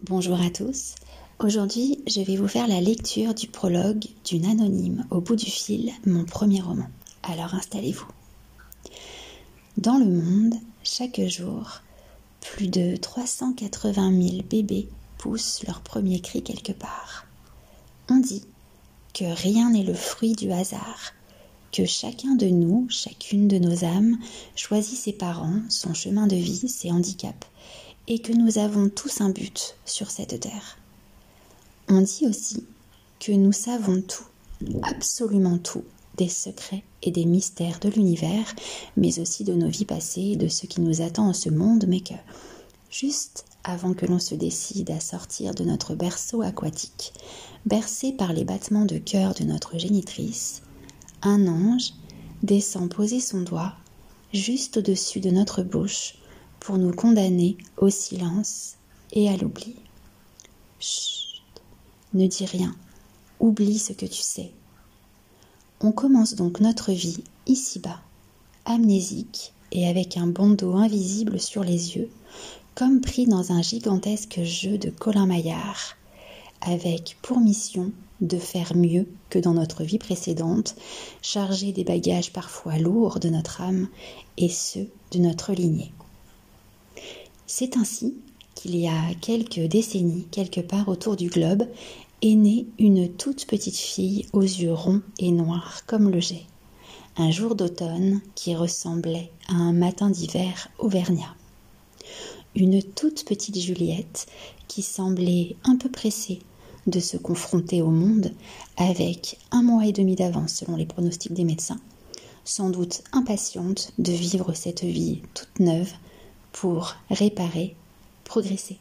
Bonjour à tous. Aujourd'hui, je vais vous faire la lecture du prologue d'une anonyme au bout du fil, mon premier roman. Alors installez-vous. Dans le monde, chaque jour, plus de 380 000 bébés poussent leur premier cri quelque part. On dit que rien n'est le fruit du hasard, que chacun de nous, chacune de nos âmes, choisit ses parents, son chemin de vie, ses handicaps, et que nous avons tous un but sur cette terre. On dit aussi que nous savons tout, absolument tout, des secrets et des mystères de l'univers, mais aussi de nos vies passées et de ce qui nous attend en ce monde, mais que, juste avant que l'on se décide à sortir de notre berceau aquatique, bercé par les battements de cœur de notre génitrice, un ange descend poser son doigt juste au-dessus de notre bouche pour nous condamner au silence et à l'oubli. Chut, ne dis rien, oublie ce que tu sais. On commence donc notre vie ici-bas, amnésique et avec un bandeau invisible sur les yeux, comme pris dans un gigantesque jeu de Colin Maillard, avec pour mission de faire mieux que dans notre vie précédente, chargé des bagages parfois lourds de notre âme et ceux de notre lignée. C'est ainsi qu'il y a quelques décennies, quelque part autour du globe, est née une toute petite fille aux yeux ronds et noirs comme le jet. Un jour d'automne qui ressemblait à un matin d'hiver auvergnat. Une toute petite Juliette qui semblait un peu pressée de se confronter au monde avec 1 mois et demi d'avance selon les pronostics des médecins, sans doute impatiente de vivre cette vie toute neuve pour réparer, progresser.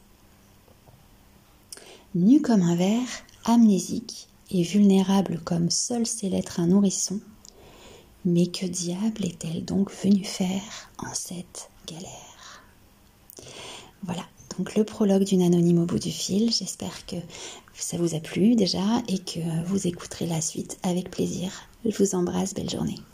Nue comme un ver, amnésique et vulnérable comme seul sait l'être un nourrisson, mais que diable est-elle donc venue faire en cette galère? Voilà, donc le prologue d'une anonyme au bout du fil. J'espère que ça vous a plu déjà et que vous écouterez la suite avec plaisir. Je vous embrasse, belle journée.